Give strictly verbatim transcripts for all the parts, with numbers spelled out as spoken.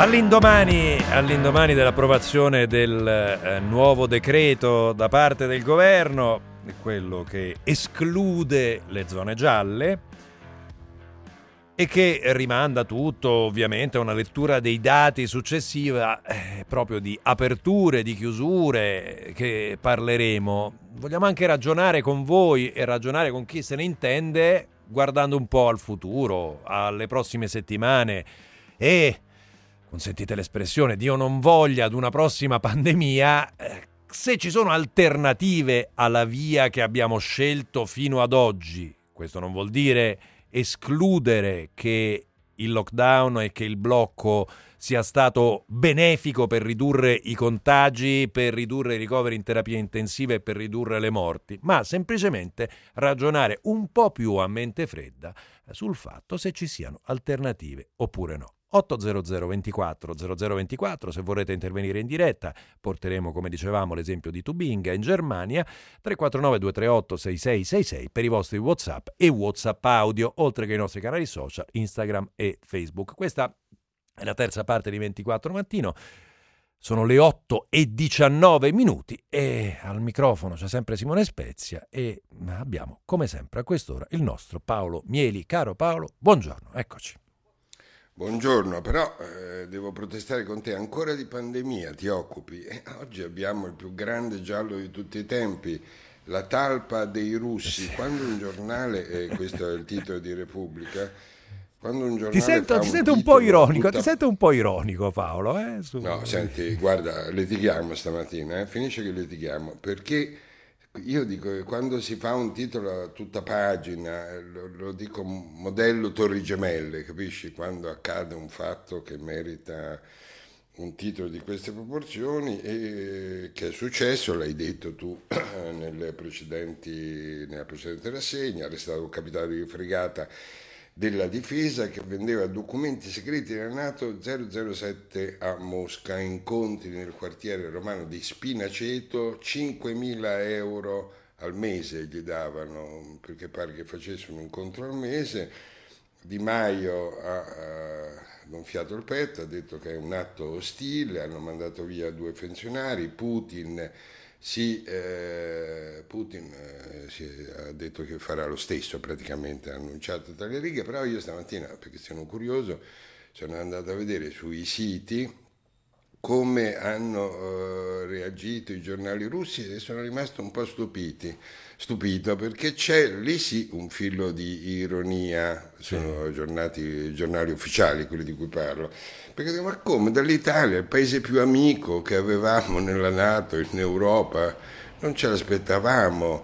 All'indomani, all'indomani dell'approvazione del eh, nuovo decreto da parte del governo, quello che esclude le zone gialle e che rimanda tutto ovviamente a una lettura dei dati successiva, eh, proprio di aperture, di chiusure, che parleremo. Vogliamo anche ragionare con voi e ragionare con chi se ne intende, guardando un po' al futuro, alle prossime settimane e, consentite l'espressione, Dio non voglia, ad una prossima pandemia, eh, se ci sono alternative alla via che abbiamo scelto fino ad oggi. Questo non vuol dire escludere che il lockdown e che il blocco sia stato benefico per ridurre i contagi, per ridurre i ricoveri in terapia intensiva e per ridurre le morti, ma semplicemente ragionare un po' più a mente fredda sul fatto se ci siano alternative oppure no. ottocento ventiquattro zero zero ventiquattro, se vorrete intervenire in diretta, porteremo, come dicevamo, l'esempio di Tubinga in Germania. Tre quattro nove due tre otto sei sei sei sei per i vostri WhatsApp e WhatsApp audio, oltre che i nostri canali social Instagram e Facebook. Questa è la terza parte di ventiquattro Mattino. Sono le otto e diciannove minuti e al microfono c'è sempre Simone Spezia e abbiamo, come sempre, a quest'ora il nostro Paolo Mieli. Caro Paolo, buongiorno, eccoci. Buongiorno, però eh, devo protestare con te, ancora di pandemia ti occupi? Eh, oggi abbiamo il più grande giallo di tutti i tempi, la talpa dei russi. Quando un giornale, e eh, questo è il titolo di Repubblica, quando un giornale ti sento, fa ti un sento un po' ironico, tutta... ti sento un po' ironico Paolo. Eh, su... No, senti, guarda, litighiamo stamattina, eh, finisce che litighiamo, perché... Io dico che quando si fa un titolo a tutta pagina, lo, lo dico modello Torri Gemelle, capisci? Quando accade un fatto che merita un titolo di queste proporzioni e che è successo, l'hai detto tu nelle precedenti, nella precedente rassegna, è stato un capitano di fregata della difesa che vendeva documenti segreti della NATO zero zero sette a Mosca, incontri nel quartiere romano di Spinaceto, cinquemila euro al mese gli davano, perché pare che facesse un incontro al mese. Di Maio ha, ha gonfiato il petto, ha detto che è un atto ostile, hanno mandato via due funzionari, Putin... Sì, eh, Putin eh, si ha detto che farà lo stesso, praticamente ha annunciato tra le righe, però io stamattina, perché sono curioso, sono andato a vedere sui siti come hanno eh, reagito i giornali russi e sono rimasto un po' stupiti, stupito perché c'è lì sì un filo di ironia, sono sì. giornati, giornali ufficiali quelli di cui parlo, perché dico, ma come dall'Italia, il paese più amico che avevamo nella NATO, in Europa, non ce l'aspettavamo,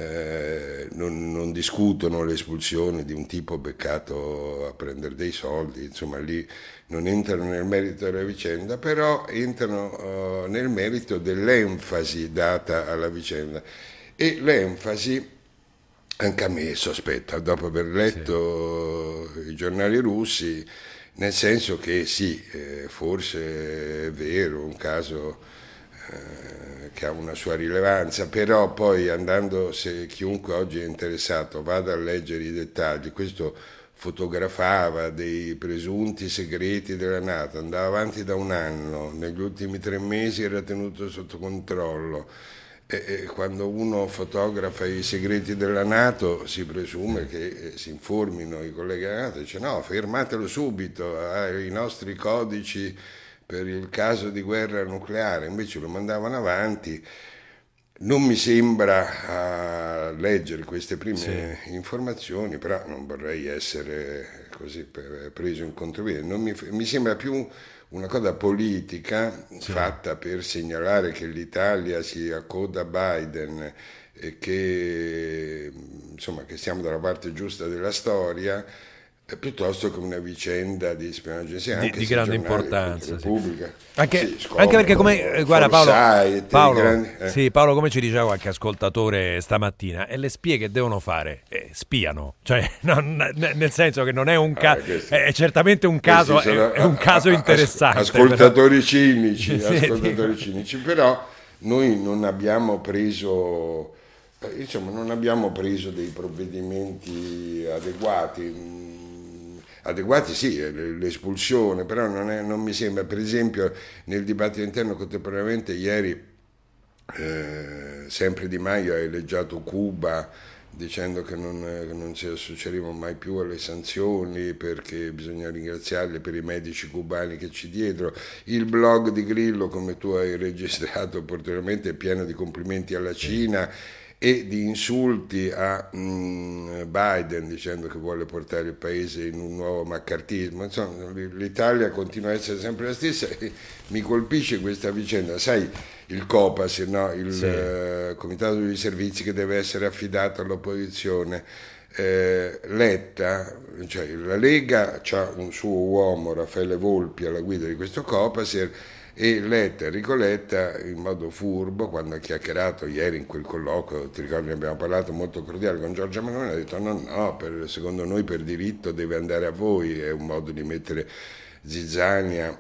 eh, non, non discutono le espulsioni di un tipo beccato a prendere dei soldi, insomma lì non entrano nel merito della vicenda, però entrano uh, nel merito dell'enfasi data alla vicenda. E l'enfasi, anche a me sospetta, dopo aver letto sì. i giornali russi, nel senso che sì, eh, forse è vero, un caso eh, che ha una sua rilevanza, però poi andando, se chiunque oggi è interessato vada a leggere i dettagli, questo fotografava dei presunti segreti della NATO, andava avanti da un anno, negli ultimi tre mesi era tenuto sotto controllo. E, e quando uno fotografa i segreti della NATO si presume che eh, si informino i colleghi della NATO, dice no, fermatelo subito, ai nostri codici per il caso di guerra nucleare, invece lo mandavano avanti. Non mi sembra a leggere queste prime sì. informazioni, però non vorrei essere così preso in contropiede. Non mi, mi sembra più una cosa politica sì. fatta per segnalare che l'Italia si accoda a Biden e che, insomma, che siamo dalla parte giusta della storia, piuttosto che una vicenda di spionaggio sì, di, di grande importanza sì. anche, sì, scomodo, anche perché come eh, guarda Paolo, Paolo, grandi, eh. sì, Paolo come ci diceva qualche ascoltatore stamattina e le spie che devono fare eh, spiano, cioè non, nel senso che non è un caso ah, è certamente un caso sono, è, è un caso a, interessante ascoltatori però. cinici sì, ascoltatori sì. cinici però noi non abbiamo preso insomma non abbiamo preso dei provvedimenti adeguati. adeguati sì, l'espulsione, però non, è, non mi sembra, per esempio nel dibattito interno contemporaneamente ieri eh, sempre Di Maio ha eleggiato Cuba dicendo che non, che non ci associeremo mai più alle sanzioni perché bisogna ringraziarli per i medici cubani che ci diedero. Il blog di Grillo, come tu hai registrato opportunamente, è pieno di complimenti alla Cina e di insulti a mm, Biden dicendo che vuole portare il paese in un nuovo maccartismo. Insomma, l'Italia continua a essere sempre la stessa e mi colpisce questa vicenda. Sai, il Copasir, no? il sì. uh, Comitato dei Servizi che deve essere affidato all'opposizione. Eh, Letta, cioè la Lega ha un suo uomo, Raffaele Volpi, alla guida di questo Copasir, e Letta, Enrico Letta, in modo furbo, quando ha chiacchierato ieri in quel colloquio, ti ricordi, ne abbiamo parlato molto cordiale con Giorgia Meloni, ha detto no, no, per, secondo noi per diritto deve andare a voi, è un modo di mettere zizzania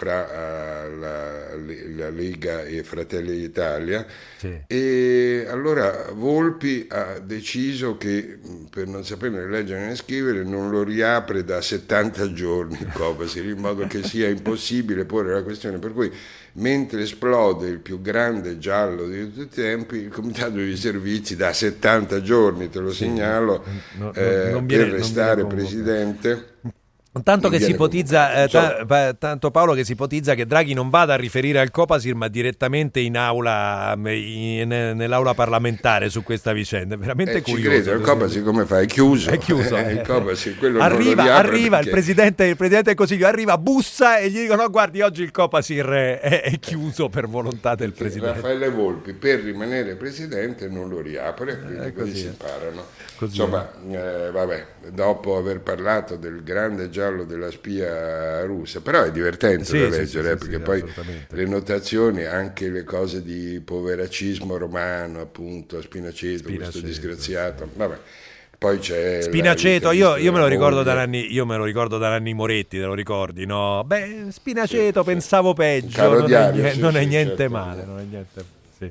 fra uh, la, la Lega e Fratelli d'Italia, sì. E allora Volpi ha deciso che per non saperne leggere né scrivere non lo riapre da settanta giorni il Copasir, in modo che sia impossibile porre la questione, per cui mentre esplode il più grande giallo di tutti i tempi, il Comitato dei Servizi da settanta giorni, te lo sì, segnalo, no, no, eh, non viene, per restare presidente. Tanto che si ipotizza, eh, t- tanto Paolo che si ipotizza che Draghi non vada a riferire al Copasir ma direttamente in aula, in, nell'aula parlamentare su questa vicenda. È veramente eh, curioso. Ci credo, il Copasir come fa? È chiuso. È chiuso. Eh, il Copasir, quello arriva, non lo arriva perché... il presidente, il presidente del Consiglio arriva, bussa e gli dicono: no, guardi, oggi il Copasir è, è chiuso per volontà del perché presidente. Raffaele Volpi per rimanere presidente non lo riapre, quindi eh, così, così si imparano. Così. Insomma, eh, vabbè, dopo aver parlato del grande giallo della spia russa, però è divertente sì, da leggere, sì, sì, perché sì, poi le notazioni, anche le cose di poveracismo romano, appunto, Spinaceto, Spinaceto questo disgraziato, sì. Vabbè. Poi c'è Spinaceto, io, io me lo ricordo da Nanni, io me lo ricordo da Nanni Moretti, te lo ricordi, no? Beh, Spinaceto sì, pensavo sì. peggio, non, diario, è, sì, non sì, è niente certo, male, sì. non è niente, sì.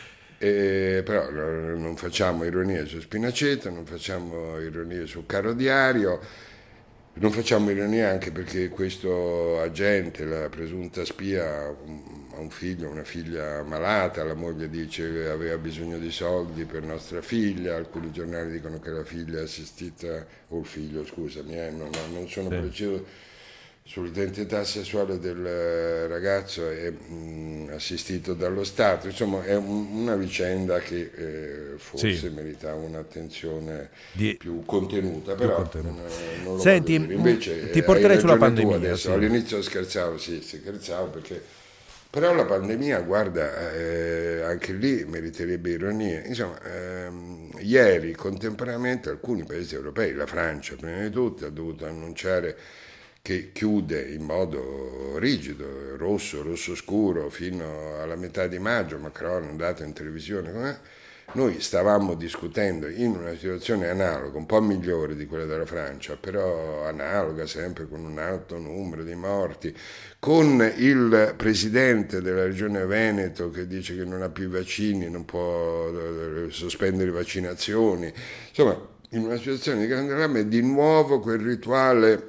Eh, però non facciamo ironie su Spinaceto, non facciamo ironie sul caro diario, non facciamo ironie anche perché questo agente, la presunta spia, ha un figlio, una figlia malata, la moglie dice che aveva bisogno di soldi per nostra figlia, alcuni giornali dicono che la figlia è assistita, o il figlio scusami, eh, non, non sono sì. preciso sull'identità sessuale del ragazzo, è mh, assistito dallo Stato, insomma è un, una vicenda che eh, forse sì. merita un'attenzione di... più contenuta, più però contenuta. Non, non lo Senti, invece ti porterei sulla pandemia adesso, sì. all'inizio scherzavo, sì, scherzavo perché però la pandemia, guarda, eh, anche lì meriterebbe ironia. Insomma, ehm, ieri contemporaneamente alcuni paesi europei, la Francia prima di tutto, ha dovuto annunciare che chiude in modo rigido, rosso, rosso scuro, fino alla metà di maggio. Macron è andato in televisione. Com'è? Noi stavamo discutendo in una situazione analoga, un po' migliore di quella della Francia, però analoga, sempre con un alto numero di morti, con il presidente della regione Veneto che dice che non ha più i vaccini, non può sospendere le vaccinazioni. Insomma, in una situazione di grande dramma è di nuovo quel rituale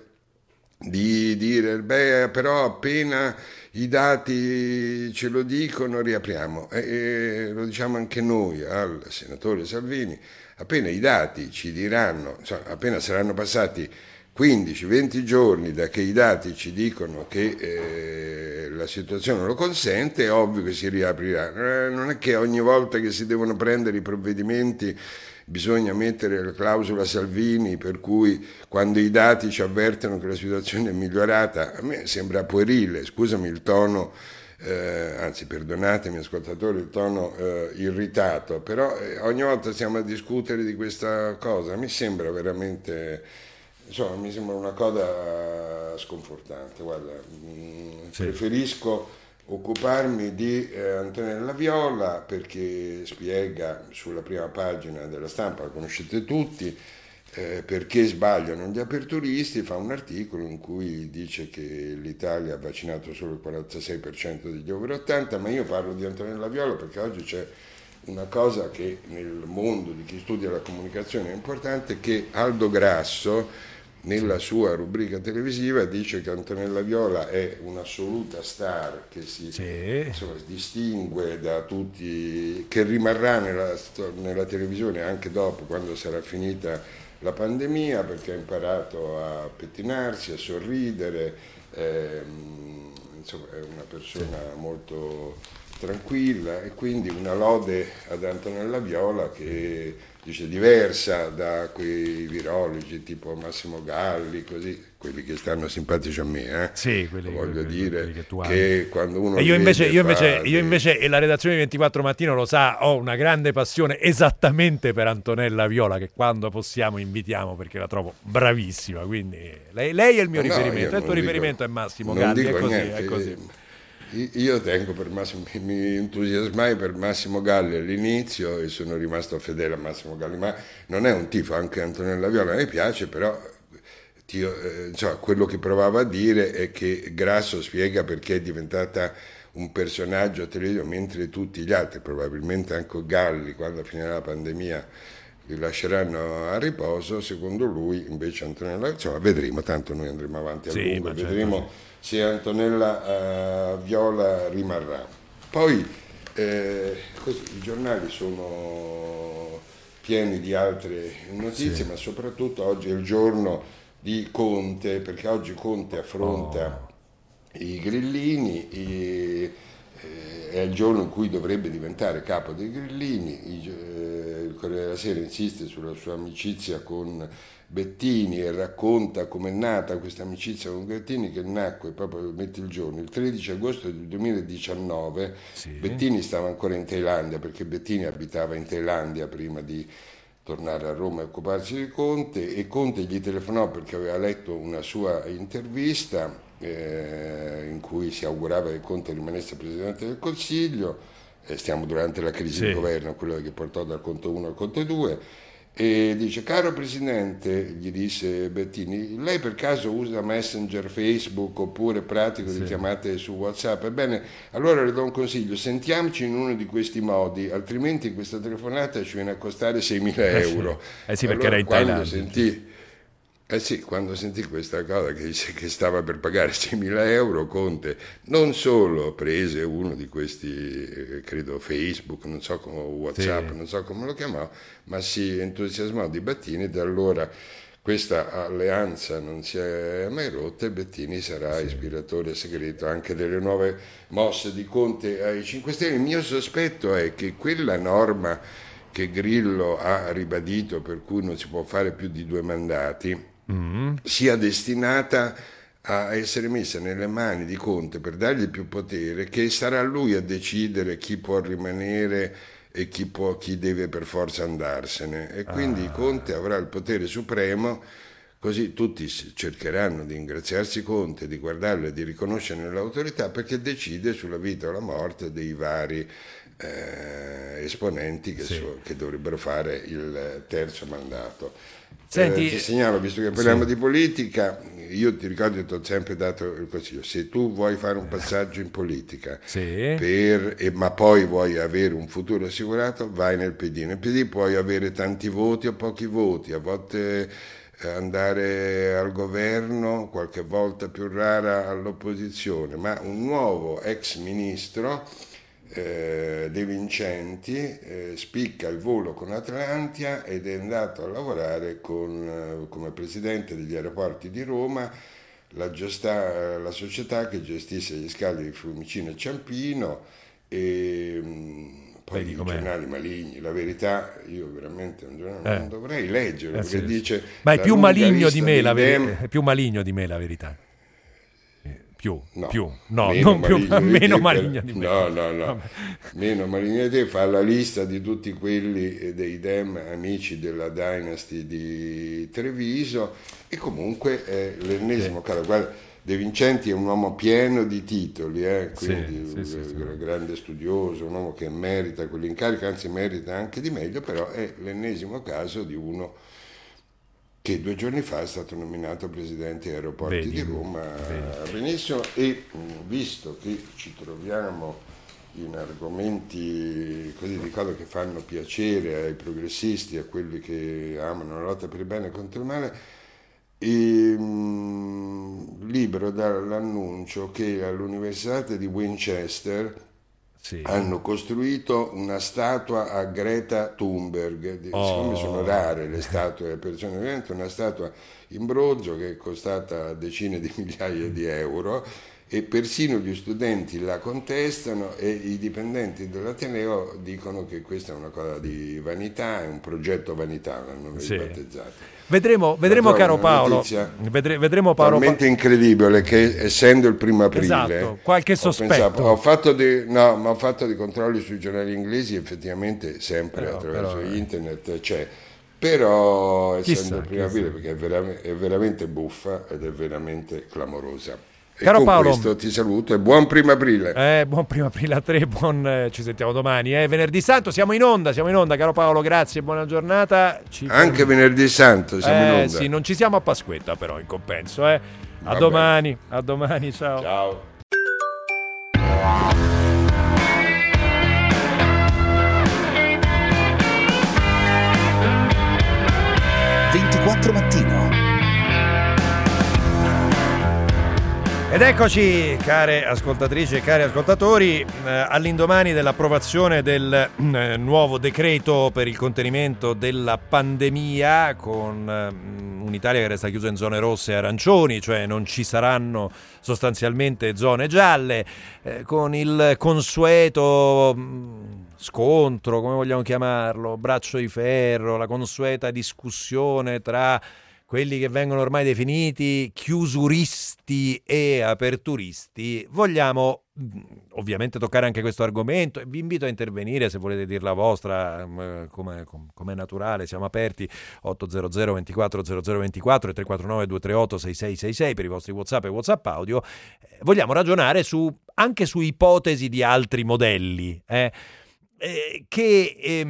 di dire beh però appena i dati ce lo dicono riapriamo e, e lo diciamo anche noi al senatore Salvini, appena i dati ci diranno, cioè, appena saranno passati quindici venti giorni da che i dati ci dicono che eh, la situazione lo consente, è ovvio che si riaprirà. Non è che ogni volta che si devono prendere i provvedimenti bisogna mettere la clausola Salvini per cui quando i dati ci avvertono che la situazione è migliorata. A me sembra puerile, scusami il tono, eh, anzi perdonatemi ascoltatori il tono eh, irritato, però eh, ogni volta stiamo a discutere di questa cosa, mi sembra veramente, insomma mi sembra una cosa sconfortante. Guarda, mh, sì. preferisco occuparmi di eh, Antonella Viola perché spiega sulla prima pagina della Stampa, la conoscete tutti, eh, perché sbagliano gli aperturisti, fa un articolo in cui dice che l'Italia ha vaccinato solo il quarantasei per cento degli over ottanta, ma io parlo di Antonella Viola perché oggi c'è una cosa che nel mondo di chi studia la comunicazione è importante, che Aldo Grasso nella sua rubrica televisiva dice che Antonella Viola è un'assoluta star che si sì. insomma, distingue da tutti, che rimarrà nella, nella televisione anche dopo, quando sarà finita la pandemia, perché ha imparato a pettinarsi, a sorridere, ehm, insomma è una persona sì. molto tranquilla, e quindi una lode ad Antonella Viola che dice diversa da quei virologi tipo Massimo Galli, così, quelli che stanno simpatici a me, eh? Sì, quelli, voglio quelli, dire quelli che, tu che quando uno e io invece, io invece, dei... io invece e la redazione di ventiquattro Mattino lo sa, ho una grande passione esattamente per Antonella Viola, che quando possiamo invitiamo perché la trovo bravissima, quindi lei, lei è il mio no, riferimento, il tuo dico, riferimento è Massimo non Galli, dico è così, niente. è così. Io tengo per Massimo, mi entusiasmai per Massimo Galli all'inizio e sono rimasto fedele a Massimo Galli, ma non è un tifo, anche Antonella Viola mi piace, però tio, eh, cioè, quello che provavo a dire è che Grasso spiega perché è diventata un personaggio televisivo, mentre tutti gli altri, probabilmente anche Galli, quando finirà la pandemia, li lasceranno a riposo. Secondo lui invece Antonella, insomma vedremo, tanto noi andremo avanti a sì, lungo, certo, vedremo sì. se Antonella uh, Viola rimarrà. Poi eh, così, i giornali sono pieni di altre notizie, sì. ma soprattutto oggi è il giorno di Conte, perché oggi Conte affronta oh. i grillini, i, eh, è il giorno in cui dovrebbe diventare capo dei grillini. I, eh, il Corriere della Sera insiste sulla sua amicizia con Bettini e racconta com'è nata questa amicizia con Bettini, che nacque proprio, metti il giorno, il tredici agosto del duemiladiciannove. Sì. Bettini stava ancora in Thailandia, perché Bettini abitava in Thailandia prima di tornare a Roma e occuparsi di Conte, e Conte gli telefonò perché aveva letto una sua intervista eh, in cui si augurava che Conte rimanesse Presidente del Consiglio. Eh, stiamo durante la crisi sì. di governo, quella che portò dal Conte uno al Conte due. E dice: caro Presidente, gli disse Bettini, lei per caso usa Messenger, Facebook oppure pratico sì. di chiamate su WhatsApp? Ebbene, allora le do un consiglio, sentiamoci in uno di questi modi, altrimenti questa telefonata ci viene a costare seimila euro. Eh sì, perché allora, era in quando Thailandia. Sentì, eh sì, quando sentì questa cosa che dice che stava per pagare seimila euro, Conte non solo prese uno di questi, eh, credo Facebook, non so come WhatsApp, sì. non so come lo chiamò, ma si entusiasmò di Bettini, e da allora questa alleanza non si è mai rotta, e Bettini sarà sì. ispiratore segreto anche delle nuove mosse di Conte ai cinque Stelle. Il mio sospetto è che quella norma che Grillo ha ribadito, per cui non si può fare più di due mandati, mm. sia destinata a essere messa nelle mani di Conte per dargli più potere, che sarà lui a decidere chi può rimanere e chi, può, chi deve per forza andarsene, e quindi ah. Conte avrà il potere supremo, così tutti cercheranno di ingraziarsi Conte, di guardarlo e di riconoscerne l'autorità, perché decide sulla vita o la morte dei vari eh, esponenti che, sì. so, che dovrebbero fare il terzo mandato. Senti, eh, ti segnalo, visto che parliamo sì. di politica, io ti ricordo che ti ho sempre dato il consiglio: se tu vuoi fare un passaggio in politica, sì. per, e, ma poi vuoi avere un futuro assicurato, vai nel P D. Nel P D puoi avere tanti voti o pochi voti, a volte eh, andare al governo, qualche volta più rara all'opposizione, ma un nuovo ex ministro Eh, De Vincenti eh, spicca il volo con Atlantia ed è andato a lavorare con, eh, come presidente degli aeroporti di Roma, la, gesta, la società che gestisce gli scali di Fiumicino e Ciampino, e mh, poi Vedi i com'è. giornali maligni. La Verità, io veramente un giorno eh. non dovrei leggerlo, eh, perché sì, dice ma è più maligno di me la Verità, è più maligno di me la Verità. Più, no, più, no, meno non più, maligno meno te, maligno di me. No, no, no, Vabbè. meno maligno di te, fa la lista di tutti quelli dei Dem, amici della Dynasty di Treviso, e comunque è l'ennesimo caso. Guarda, De Vincenti è un uomo pieno di titoli, eh, quindi sì, sì, un sì, grande sì. studioso, un uomo che merita quell'incarico, anzi merita anche di meglio, però è l'ennesimo caso di uno che due giorni fa è stato nominato presidente degli aeroporti Vedi. di Roma. Vedi. Benissimo, e visto che ci troviamo in argomenti così di cose che fanno piacere ai progressisti, a quelli che amano la lotta per il bene contro il male, il mm, libro dà l'annuncio che all'Università di Winchester sì. hanno costruito una statua a Greta Thunberg. Oh. Siccome sono rare le statue a persone viventi, una statua in bronzo che è costata decine di migliaia di euro, e persino gli studenti la contestano e i dipendenti dell'Ateneo dicono che questa è una cosa di vanità, è un progetto vanità, l'hanno sì. ribattezzato. Vedremo, vedremo caro Paolo, vedre, vedremo Paolo talmente pa- incredibile che essendo il primo aprile, esatto, qualche sospetto. Ho, pensato, ho fatto di, no, ma ho fatto dei controlli sui giornali inglesi, effettivamente sempre però, attraverso però, internet c'è, però essendo chissà, il primo aprile, perché è, vera- è veramente buffa ed è veramente clamorosa. E caro con Paolo, questo ti saluto e buon primo aprile. Eh, buon primo aprile a tre, buon, eh, ci sentiamo domani, eh, venerdì santo, siamo in onda, siamo in onda, caro Paolo, grazie, buona giornata. Ci Anche fermi... venerdì santo siamo eh, in onda. Sì, non ci siamo a Pasquetta però in compenso, eh. A Va domani, bene. a domani, ciao. Ciao. ventiquattro mattino. Ed eccoci, care ascoltatrici e cari ascoltatori, eh, all'indomani dell'approvazione del eh, nuovo decreto per il contenimento della pandemia, con eh, un'Italia che resta chiusa in zone rosse e arancioni, cioè non ci saranno sostanzialmente zone gialle, eh, con il consueto mh, scontro, come vogliamo chiamarlo, braccio di ferro, la consueta discussione tra quelli che vengono ormai definiti chiusuristi e aperturisti. Vogliamo ovviamente toccare anche questo argomento e vi invito a intervenire se volete dire la vostra, come è naturale, siamo aperti. Ottocento ventiquattro zero zero ventiquattro e tre quattro nove due tre otto sei sei sei sei per i vostri WhatsApp e WhatsApp audio. Vogliamo ragionare su anche su ipotesi di altri modelli eh, eh, che eh,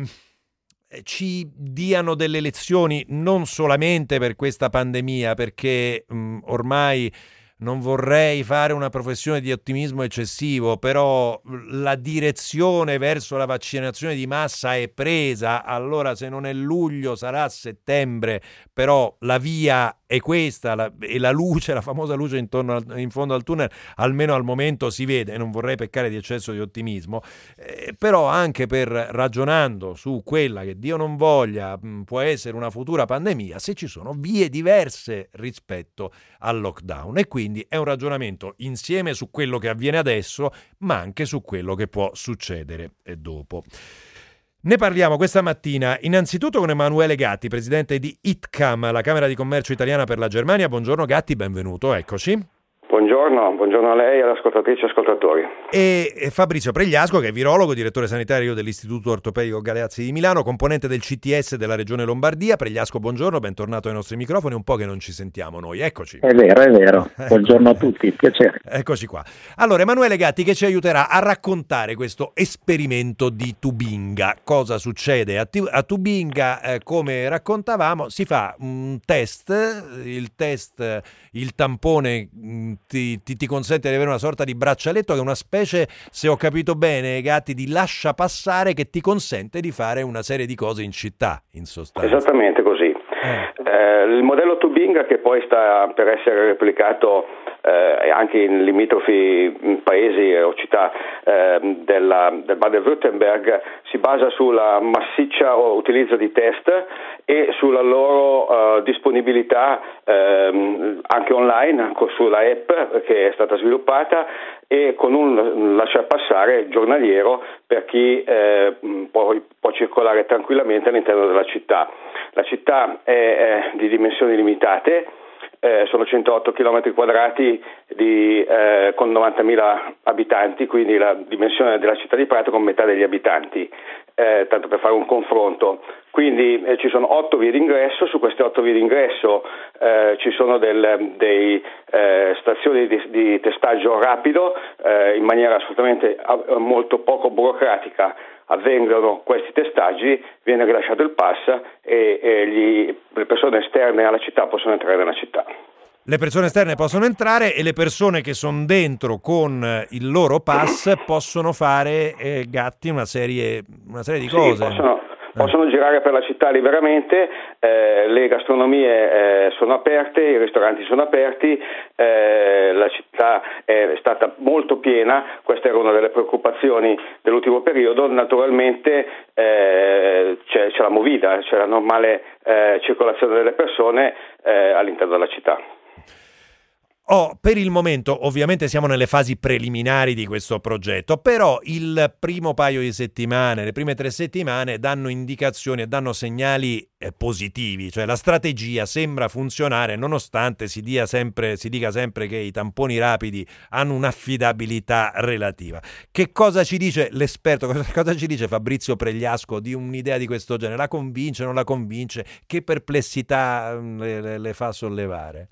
ci diano delle lezioni non solamente per questa pandemia, perché mh, ormai non vorrei fare una professione di ottimismo eccessivo, però la direzione verso la vaccinazione di massa è presa. Allora se non è luglio sarà a settembre, però la via è questa, la, e la luce, la famosa luce intorno al, in fondo al tunnel, almeno al momento si vede. Non vorrei peccare di eccesso di ottimismo, eh, però anche per ragionando su quella che Dio non voglia mh, può essere una futura pandemia, se ci sono vie diverse rispetto al lockdown. E quindi è un ragionamento insieme su quello che avviene adesso, ma anche su quello che può succedere dopo. Ne parliamo questa mattina innanzitutto con Emanuele Gatti, presidente di I T C A M, la Camera di Commercio Italiana per la Germania. Buongiorno Gatti, benvenuto, eccoci. Buongiorno, buongiorno a lei e agli ascoltatrici e ascoltatori. E Fabrizio Pregliasco, che è virologo, direttore sanitario dell'Istituto Ortopedico Galeazzi di Milano, componente del C T S della Regione Lombardia. Pregliasco, buongiorno, bentornato ai nostri microfoni, un po' che non ci sentiamo noi, eccoci. È vero, è vero, buongiorno a tutti, piacere. Eccoci qua. Allora, Emanuele Gatti che ci aiuterà a raccontare questo esperimento di Tubinga. Cosa succede a, T- a Tubinga? Eh, come raccontavamo, si fa un test, il test, il tampone mh, Ti, ti, ti consente di avere una sorta di braccialetto che è una specie, se ho capito bene, Gatti, di lascia passare che ti consente di fare una serie di cose in città, in sostanza. Esattamente così. Eh. Eh, il modello Tubinga, che poi sta per essere replicato eh, anche in limitrofi paesi o città eh, della, del Baden-Württemberg, si basa sulla massiccia utilizzo di test e sulla loro uh, disponibilità eh, anche online sulla app che è stata sviluppata e con un lasciar passare giornaliero per chi eh, può, può circolare tranquillamente all'interno della città. La città è, è di dimensioni limitate, eh, sono centootto chilometri quadrati di, eh, con novantamila abitanti, quindi la dimensione della città di Prato con metà degli abitanti, eh, tanto per fare un confronto. Quindi eh, ci sono otto vie d'ingresso, su queste otto vie d'ingresso eh, ci sono del, dei eh, stazioni di, di testaggio rapido, eh, in maniera assolutamente a, molto poco burocratica. Avvengono questi testaggi, viene rilasciato il pass e, e gli, le persone esterne alla città possono entrare nella città. Le persone esterne possono entrare e le persone che sono dentro con il loro pass possono fare, eh, Gatti, una serie, una serie di sì, cose. Possono, possono girare per la città liberamente, eh, le gastronomie eh, sono aperte, i ristoranti sono aperti, eh, la città è stata molto piena, questa era una delle preoccupazioni dell'ultimo periodo. Naturalmente eh, c'è, c'è la movida, c'è la normale eh, circolazione delle persone eh, all'interno della città. Oh, per il momento ovviamente siamo nelle fasi preliminari di questo progetto, però il primo paio di settimane, le prime tre settimane danno indicazioni e danno segnali eh, positivi, cioè la strategia sembra funzionare nonostante si dia sempre, si dica sempre che i tamponi rapidi hanno un'affidabilità relativa. Che cosa ci dice l'esperto, cosa, cosa ci dice Fabrizio Pregliasco di un'idea di questo genere? La convince, non la convince? Che perplessità le, le, le fa sollevare?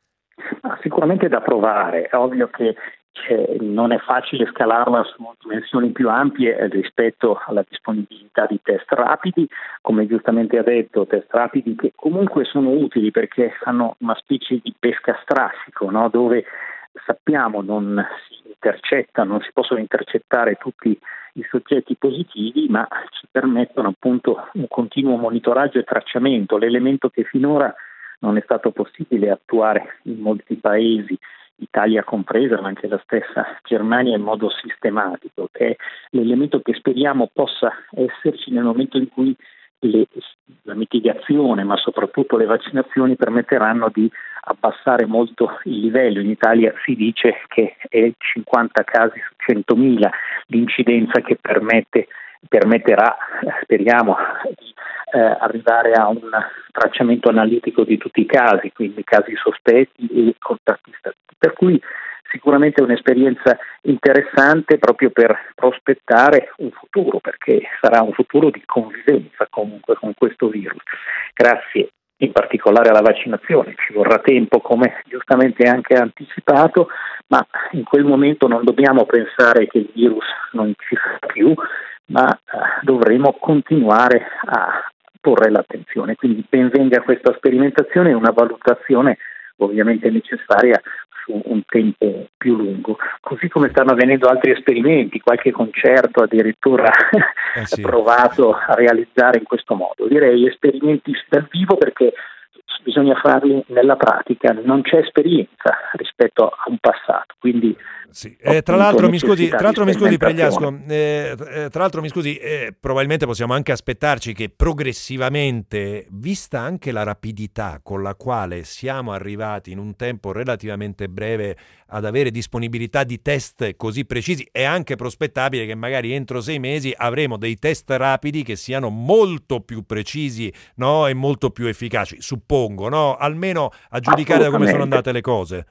Ah, sicuramente da provare, è ovvio che cioè, non è facile scalarla su dimensioni più ampie rispetto alla disponibilità di test rapidi, come giustamente ha detto, test rapidi che comunque sono utili perché fanno una specie di pesca a strascico, no? Dove sappiamo non si intercetta, non si possono intercettare tutti i soggetti positivi, ma ci permettono appunto un continuo monitoraggio e tracciamento, l'elemento che finora non è stato possibile attuare in molti paesi, Italia compresa, ma anche la stessa Germania, in modo sistematico, che è l'elemento che speriamo possa esserci nel momento in cui le, la mitigazione, ma soprattutto le vaccinazioni, permetteranno di abbassare molto il livello. In Italia si dice che è cinquanta casi su centomila l'incidenza che permette, permetterà, speriamo, di Eh, arrivare a un tracciamento analitico di tutti i casi, quindi casi sospetti e contatti stretti. Per cui sicuramente è un'esperienza interessante proprio per prospettare un futuro, perché sarà un futuro di convivenza comunque con questo virus. Grazie in particolare alla vaccinazione, ci vorrà tempo, come giustamente anche anticipato, ma in quel momento non dobbiamo pensare che il virus non ci sarà più, ma eh, dovremo continuare a porre l'attenzione. Quindi ben venga questa sperimentazione e una valutazione ovviamente necessaria su un tempo più lungo, così come stanno avvenendo altri esperimenti, qualche concerto addirittura eh sì. provato a realizzare in questo modo. Direi esperimenti dal vivo perché bisogna farli nella pratica, non c'è esperienza rispetto a un passato, quindi sì. eh, tra l'altro mi scusi, tra l'altro mi scusi Pregliasco, eh, tra l'altro mi scusi, eh, probabilmente possiamo anche aspettarci che progressivamente, vista anche la rapidità con la quale siamo arrivati in un tempo relativamente breve ad avere disponibilità di test così precisi, è anche prospettabile che magari entro sei mesi avremo dei test rapidi che siano molto più precisi, no, e molto più efficaci, suppongo, no? Almeno a giudicare da come sono andate le cose.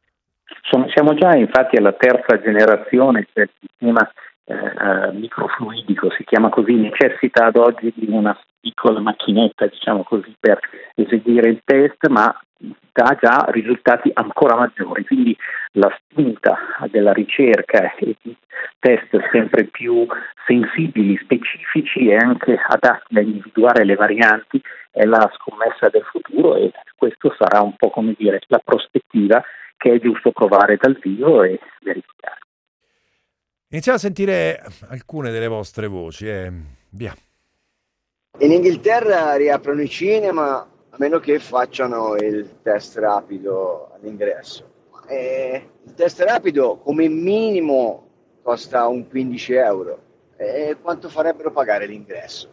Siamo già infatti alla terza generazione, cioè il sistema eh, microfluidico, si chiama così, necessita ad oggi di una piccola macchinetta, diciamo così, per eseguire il test, ma dà già risultati ancora maggiori, quindi la spinta della ricerca e di test sempre più sensibili, specifici e anche adatti a individuare le varianti è la scommessa del futuro, e questo sarà un po' come dire la prospettiva che è giusto provare dal vivo e verificare. Iniziamo a sentire alcune delle vostre voci, eh. Via. In Inghilterra riaprono i cinema a meno che facciano il test rapido all'ingresso. E il test rapido come minimo costa un quindici euro. E quanto farebbero pagare l'ingresso?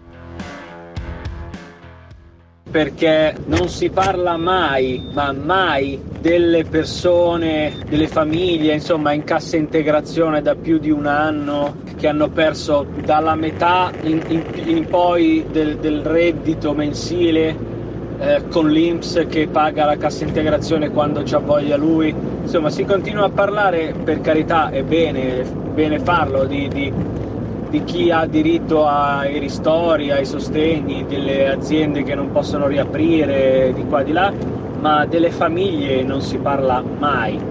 Perché non si parla mai, ma mai, delle persone, delle famiglie, insomma, in cassa integrazione da più di un anno, che hanno perso dalla metà in, in, in poi del, del reddito mensile, eh, con l'I N P S che paga la cassa integrazione quando c'ha voglia lui. Insomma, si continua a parlare, per carità, è bene, è bene farlo, di... di di chi ha diritto ai ristori, ai sostegni, delle aziende che non possono riaprire di qua e di là, ma delle famiglie non si parla mai.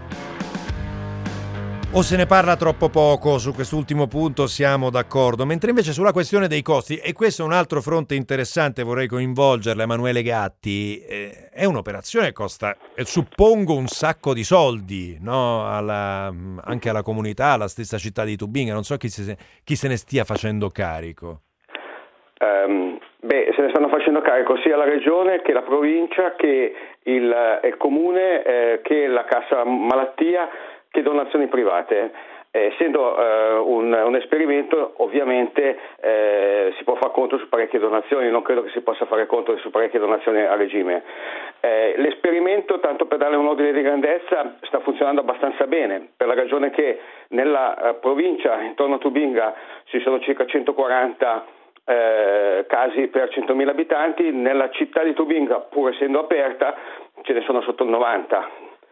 O se ne parla troppo poco, su quest'ultimo punto siamo d'accordo, mentre invece sulla questione dei costi, e questo è un altro fronte interessante, vorrei coinvolgerla, Emanuele Gatti, eh, è un'operazione che costa, eh, suppongo, un sacco di soldi, no? alla, anche alla comunità, alla stessa città di Tubinga, non so chi se, chi se ne stia facendo carico. Um, beh, se ne stanno facendo carico sia la regione che la provincia che il, il comune eh, che la cassa malattia che donazioni private. Eh, essendo eh, un, un esperimento, ovviamente eh, si può fare conto su parecchie donazioni, non credo che si possa fare conto su parecchie donazioni a regime. Eh, l'esperimento, tanto per darle un ordine di grandezza, sta funzionando abbastanza bene, per la ragione che nella eh, provincia intorno a Tubinga ci sono circa centoquaranta eh, casi per centomila abitanti, nella città di Tubinga, pur essendo aperta, ce ne sono sotto il novanta.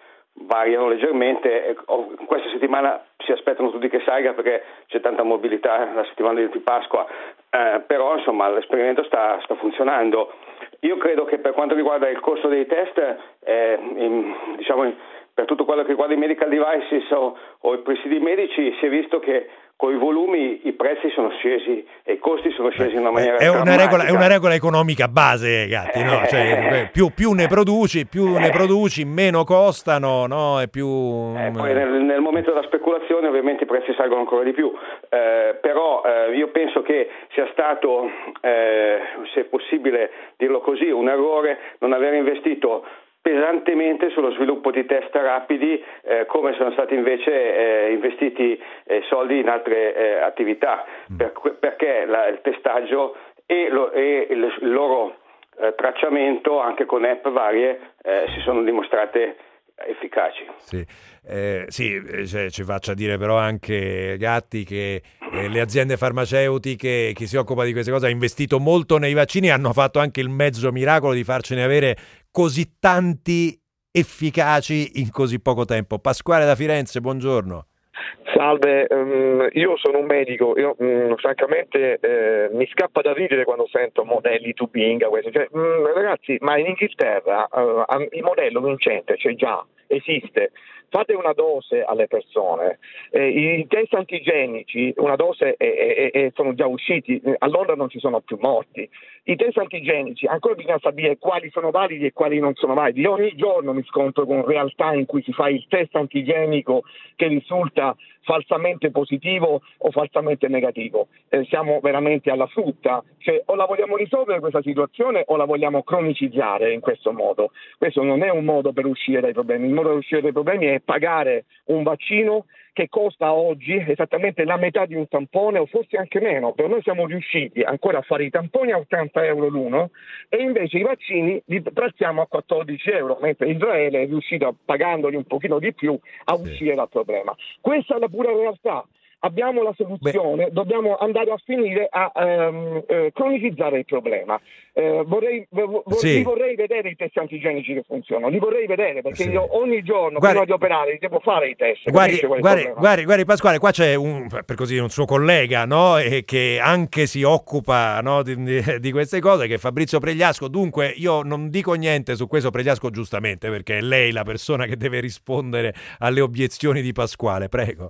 Variano leggermente. Questa settimana si aspettano tutti che salga perché c'è tanta mobilità la settimana di Pasqua, eh, però insomma l'esperimento sta, sta funzionando. Io credo che per quanto riguarda il costo dei test, eh, in, diciamo in, per tutto quello che riguarda i medical devices o, o i presidi medici, si è visto che con i volumi i prezzi sono scesi e i costi sono scesi in una maniera è una regola, è una regola economica base, Gatti, no? Cioè, più, più ne produci, più ne produci, meno costano, no? E più eh, poi nel, nel momento della speculazione ovviamente i prezzi salgono ancora di più, eh, però eh, io penso che sia stato, eh, se è possibile dirlo così, un errore non aver investito pesantemente sullo sviluppo di test rapidi, eh, come sono stati invece eh, investiti eh, soldi in altre eh, attività, per, perché la, il testaggio e, lo, e il, il loro eh, tracciamento anche con app varie eh, si sono dimostrate efficaci. Sì, eh, sì, cioè, ci faccia dire però anche Gatti che eh, le aziende farmaceutiche, chi si occupa di queste cose, ha investito molto nei vaccini e hanno fatto anche il mezzo miracolo di farcene avere così tanti efficaci in così poco tempo. Pasquale da Firenze, buongiorno. Salve, um, io sono un medico, io um, francamente eh, mi scappa da ridere quando sento modelli Tubinga, questi. Cioè, um, ragazzi, ma in Inghilterra uh, il modello vincente c'è già, esiste. Fate una dose alle persone, eh, i test antigenici, una dose e, e, e sono già usciti, allora non ci sono più morti. I test antigenici, ancora bisogna sapere quali sono validi e quali non sono validi. Io ogni giorno mi scontro con realtà in cui si fa il test antigenico che risulta falsamente positivo o falsamente negativo. Eh, siamo veramente alla frutta, cioè o la vogliamo risolvere questa situazione o la vogliamo cronicizzare in questo modo. Questo non è un modo per uscire dai problemi, il modo per uscire dai problemi è pagare un vaccino che costa oggi esattamente la metà di un tampone o forse anche meno, però noi siamo riusciti ancora a fare i tamponi a ottanta euro l'uno e invece i vaccini li prezziamo a quattordici euro, mentre Israele è riuscito, pagandoli un pochino di più, a uscire dal problema. Questa è la pura realtà. Abbiamo la soluzione, Beh. dobbiamo andare a finire a um, eh, cronicizzare il problema. Eh, vorrei, vo- sì. Li vorrei vedere i test antigenici che funzionano, li vorrei vedere perché sì. io ogni giorno guardi, prima di operare devo fare i test. Guardi, guardi, guardi, guardi Pasquale, qua c'è un, per così, un suo collega, no? E che anche si occupa, no, di, di queste cose, che è Fabrizio Pregliasco. Dunque io non dico niente su questo, Pregliasco, giustamente, perché è lei la persona che deve rispondere alle obiezioni di Pasquale. Prego.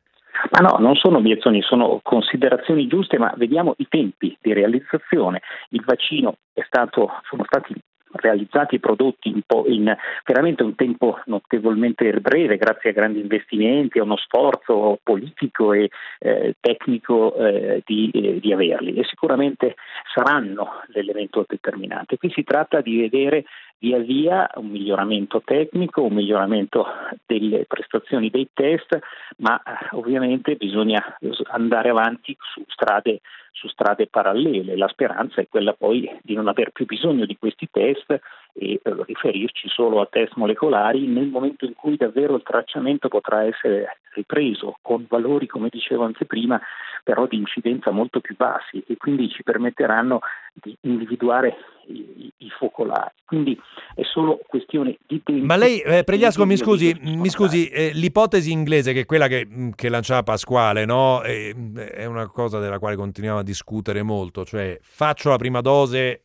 Ma no, non sono obiezioni, sono considerazioni giuste, ma vediamo i tempi di realizzazione. Il vaccino è stato, sono stati realizzati e prodotti in, po- in veramente un tempo notevolmente breve, grazie a grandi investimenti, a uno sforzo politico e eh, tecnico eh, di, eh, di averli, e sicuramente saranno l'elemento determinante. Qui si tratta di vedere via via un miglioramento tecnico, un miglioramento delle prestazioni dei test, ma ovviamente bisogna andare avanti su strade, su strade parallele. La speranza è quella poi di non aver più bisogno di questi test e eh, riferirci solo a test molecolari nel momento in cui davvero il tracciamento potrà essere ripreso con valori, come dicevo anche prima, però di incidenza molto più bassi, e quindi ci permetteranno di individuare i, i focolai. Quindi è solo questione di tempo. Ma lei, eh, Pregliasco, mi scusi, mi scusi eh, l'ipotesi inglese, che è quella che, che lanciava Pasquale, no? Eh, è una cosa della quale continuiamo a discutere molto, cioè faccio la prima dose,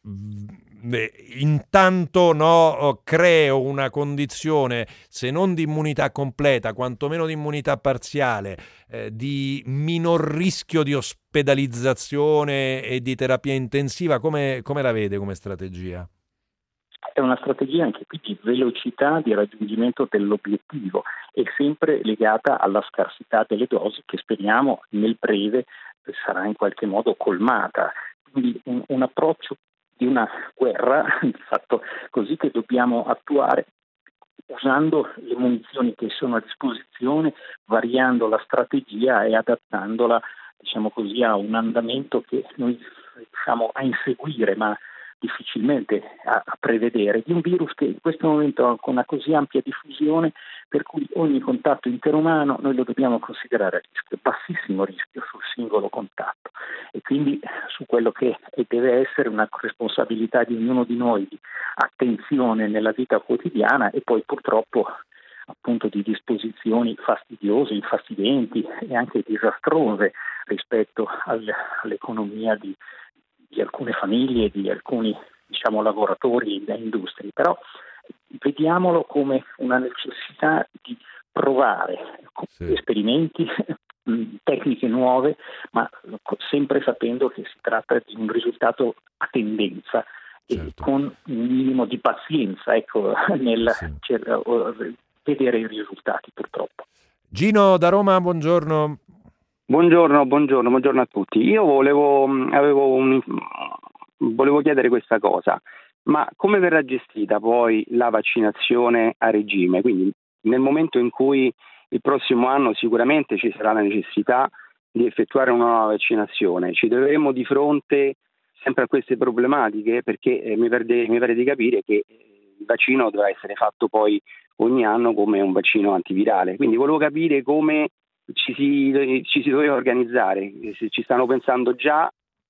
intanto no, creo una condizione, se non di immunità completa, quantomeno di immunità parziale, eh, di minor rischio di ospedalizzazione e di terapia intensiva. Come, come la vede come strategia? È una strategia anche qui di velocità di raggiungimento dell'obiettivo, e sempre legata alla scarsità delle dosi, che speriamo nel breve sarà in qualche modo colmata. quindi un, un approccio di una guerra, di fatto così, che dobbiamo attuare usando le munizioni che sono a disposizione, variando la strategia e adattandola, diciamo così, a un andamento che noi riusciamo a inseguire, ma difficilmente a, a prevedere, di un virus che in questo momento ha una così ampia diffusione per cui ogni contatto interumano noi lo dobbiamo considerare a rischio, bassissimo rischio sul singolo contatto, e quindi su quello che deve essere una responsabilità di ognuno di noi di attenzione nella vita quotidiana, e poi purtroppo appunto di disposizioni fastidiose, infastidenti e anche disastrose rispetto al, all'economia di di alcune famiglie, di alcuni, diciamo, lavoratori e industrie, però vediamolo come una necessità di provare sì. esperimenti, tecniche nuove, ma sempre sapendo che si tratta di un risultato a tendenza certo. e con un minimo di pazienza, ecco, nel sì. cer- vedere i risultati, purtroppo. Gino da Roma, buongiorno. Buongiorno, buongiorno, buongiorno a tutti. Io volevo, avevo un, volevo chiedere questa cosa, ma come verrà gestita poi la vaccinazione a regime? Quindi nel momento in cui il prossimo anno sicuramente ci sarà la necessità di effettuare una nuova vaccinazione, ci troveremo di fronte sempre a queste problematiche, perché eh, mi, perde, mi pare di capire che il vaccino dovrà essere fatto poi ogni anno come un vaccino antivirale. Quindi volevo capire come Ci si, ci si doveva organizzare, se ci stanno pensando già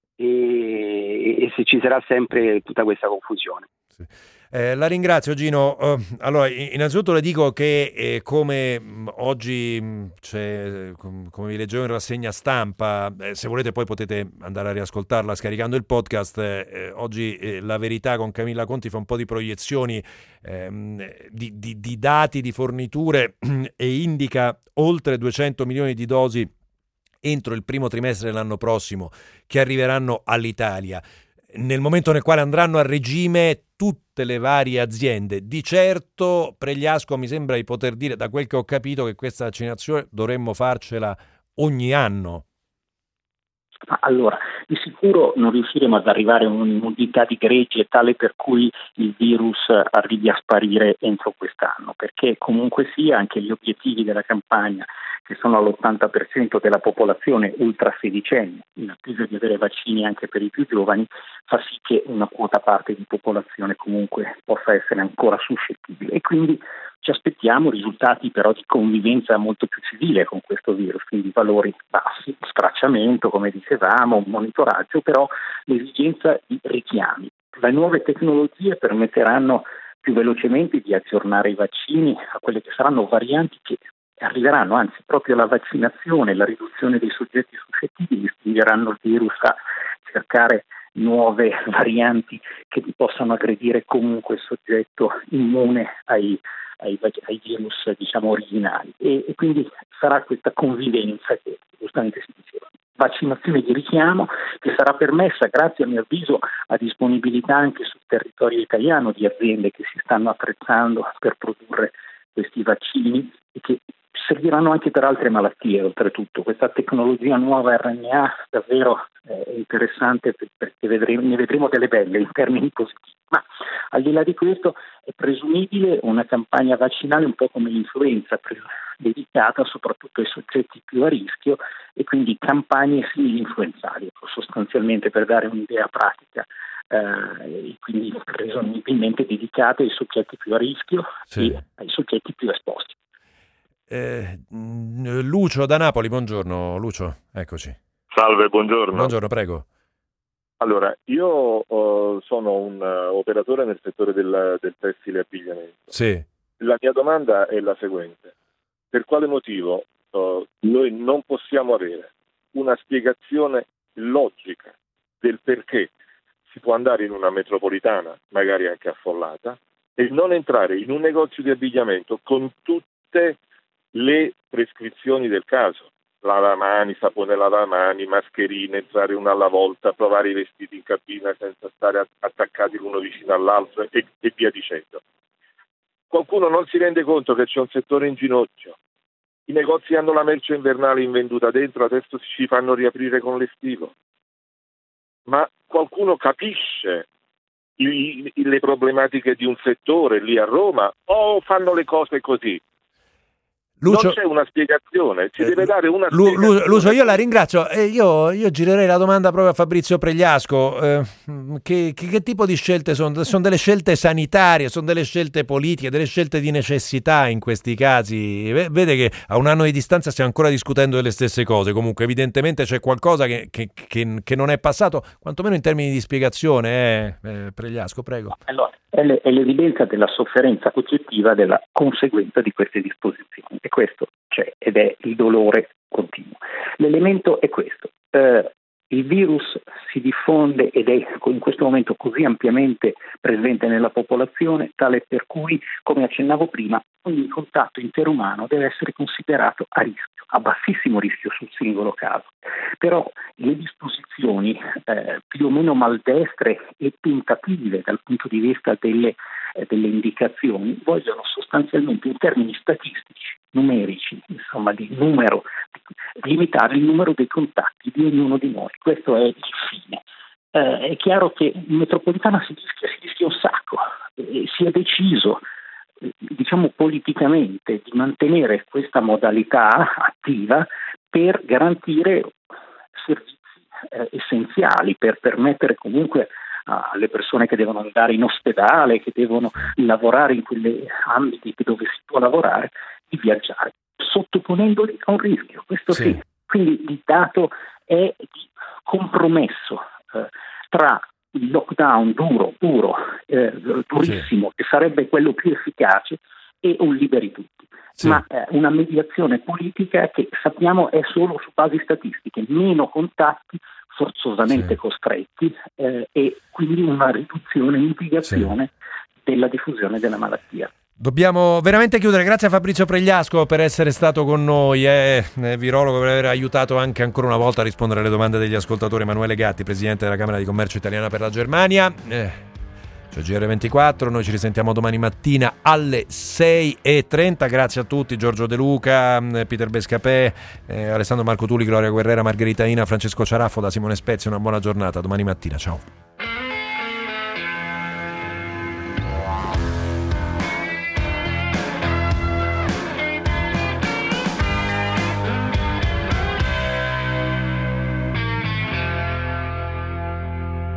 e, e se ci sarà sempre tutta questa confusione. Sì. Eh, la ringrazio Gino. Uh, allora, innanzitutto le dico che eh, come mh, oggi mh, c'è, com- come vi leggevo in rassegna stampa, eh, se volete poi potete andare a riascoltarla scaricando il podcast, eh, oggi eh, La Verità con Camilla Conti fa un po' di proiezioni ehm, di, di, di dati, di forniture e indica oltre duecento milioni di dosi entro il primo trimestre dell'anno prossimo che arriveranno all'Italia, nel momento nel quale andranno a regime tutte le varie aziende. Di certo Pregliasco mi sembra di poter dire, da quel che ho capito, che questa vaccinazione dovremmo farcela ogni anno. Allora, di sicuro non riusciremo ad arrivare a un'immunità di gregge tale per cui il virus arrivi a sparire entro quest'anno, perché comunque sia anche gli obiettivi della campagna, che sono all'ottanta per cento della popolazione ultra sedicenne, in attesa di avere vaccini anche per i più giovani, fa sì che una quota parte di popolazione comunque possa essere ancora suscettibile, e quindi ci aspettiamo risultati però di convivenza molto più civile con questo virus, quindi valori bassi, stracciamento come dicevamo, monitoraggio, però l'esigenza di richiami. Le nuove tecnologie permetteranno più velocemente di aggiornare i vaccini a quelle che saranno varianti che arriveranno, anzi proprio la vaccinazione, la riduzione dei soggetti suscettibili spingeranno il virus a cercare nuove varianti che possano aggredire comunque il soggetto immune ai, ai, ai virus, diciamo, originali, e, e quindi sarà questa convivenza che giustamente si diceva. Vaccinazione di richiamo che sarà permessa, grazie a mio avviso, a disponibilità anche sul territorio italiano di aziende che si stanno attrezzando per produrre questi vaccini e che serviranno anche per altre malattie. Oltretutto questa tecnologia nuova R N A davvero è interessante, perché vedremo, ne vedremo delle belle in termini positivi, ma al di là di questo è presumibile una campagna vaccinale un po' come l'influenza, dedicata soprattutto ai soggetti più a rischio, e quindi campagne simili influenzali, sostanzialmente, per dare un'idea pratica, eh, e quindi presumibilmente dedicate ai soggetti più a rischio sì. e ai soggetti più esposti. Eh, Lucio da Napoli, buongiorno Lucio, eccoci. Salve, buongiorno. Buongiorno, prego. Allora, io uh, sono un uh, operatore nel settore del, del tessile e abbigliamento. Sì. La mia domanda è la seguente: per quale motivo uh, noi non possiamo avere una spiegazione logica del perché si può andare in una metropolitana, magari anche affollata, e non entrare in un negozio di abbigliamento con tutte le prescrizioni del caso? Lavamani, sapone lavamani, mascherine, entrare una alla volta, provare i vestiti in cabina senza stare attaccati l'uno vicino all'altro e, e via dicendo. Qualcuno non si rende conto che c'è un settore in ginocchio. I negozi hanno la merce invernale invenduta dentro, adesso ci fanno riaprire con l'estivo. ma qualcuno capisce i, i, le problematiche di un settore lì a Roma o fanno le cose così? Lucio, non c'è una spiegazione, ci deve dare una Lu, spiegazione. Lucio, io la ringrazio. Eh, io, io girerei la domanda proprio a Fabrizio Pregliasco. Eh, che, che, che tipo di scelte sono? Sono delle scelte sanitarie, sono delle scelte politiche, delle scelte di necessità in questi casi? Vede che a un anno di distanza stiamo ancora discutendo delle stesse cose. Comunque evidentemente c'è qualcosa che, che, che, che non è passato, quantomeno in termini di spiegazione. Eh? Eh, Pregliasco, prego. Allora, è, le, è l'evidenza della sofferenza oggettiva della conseguenza di queste disposizioni. E questo c'è ed è il dolore continuo. L'elemento è questo. Eh, il virus si diffonde ed è in questo momento così ampiamente presente nella popolazione, tale per cui, come accennavo prima, ogni contatto interumano deve essere considerato a rischio, a bassissimo rischio sul singolo caso. Però le disposizioni eh, più o meno maldestre e tentative dal punto di vista delle, eh, delle indicazioni vogliono sostanzialmente in termini statistici, numerici, insomma di numero, di limitare il numero dei contatti di ognuno di noi. Questo è il fine. Eh, è chiaro che in metropolitana si rischia, si rischia un sacco, eh, si è deciso eh, diciamo politicamente di mantenere questa modalità attiva per garantire servizi eh, essenziali, per permettere comunque alle persone che devono andare in ospedale, che devono lavorare in quegli ambiti dove si può lavorare, di viaggiare, sottoponendoli a un rischio. Questo sì. sì. Quindi il dato è di compromesso eh, tra il lockdown duro, puro, eh, durissimo, sì. che sarebbe quello più efficace, e un liberi tutti. Sì. Ma eh, una mediazione politica che sappiamo è solo su basi statistiche, meno contatti forzosamente sì. costretti eh, e quindi una riduzione, mitigazione sì. della diffusione della malattia. Dobbiamo veramente chiudere. Grazie a Fabrizio Pregliasco per essere stato con noi, eh, virologo, per aver aiutato anche ancora una volta a rispondere alle domande degli ascoltatori. Emanuele Gatti, presidente della Camera di Commercio Italiana per la Germania. Eh. Cioè G R ventiquattro, noi ci risentiamo domani mattina alle sei e trenta. Grazie a tutti, Giorgio De Luca, Peter Bescapè, eh, Alessandro Marco Tuli, Gloria Guerrera, Margherita Ina, Francesco Ciaraffo, da Simone Spezia. Una buona giornata, domani mattina, ciao.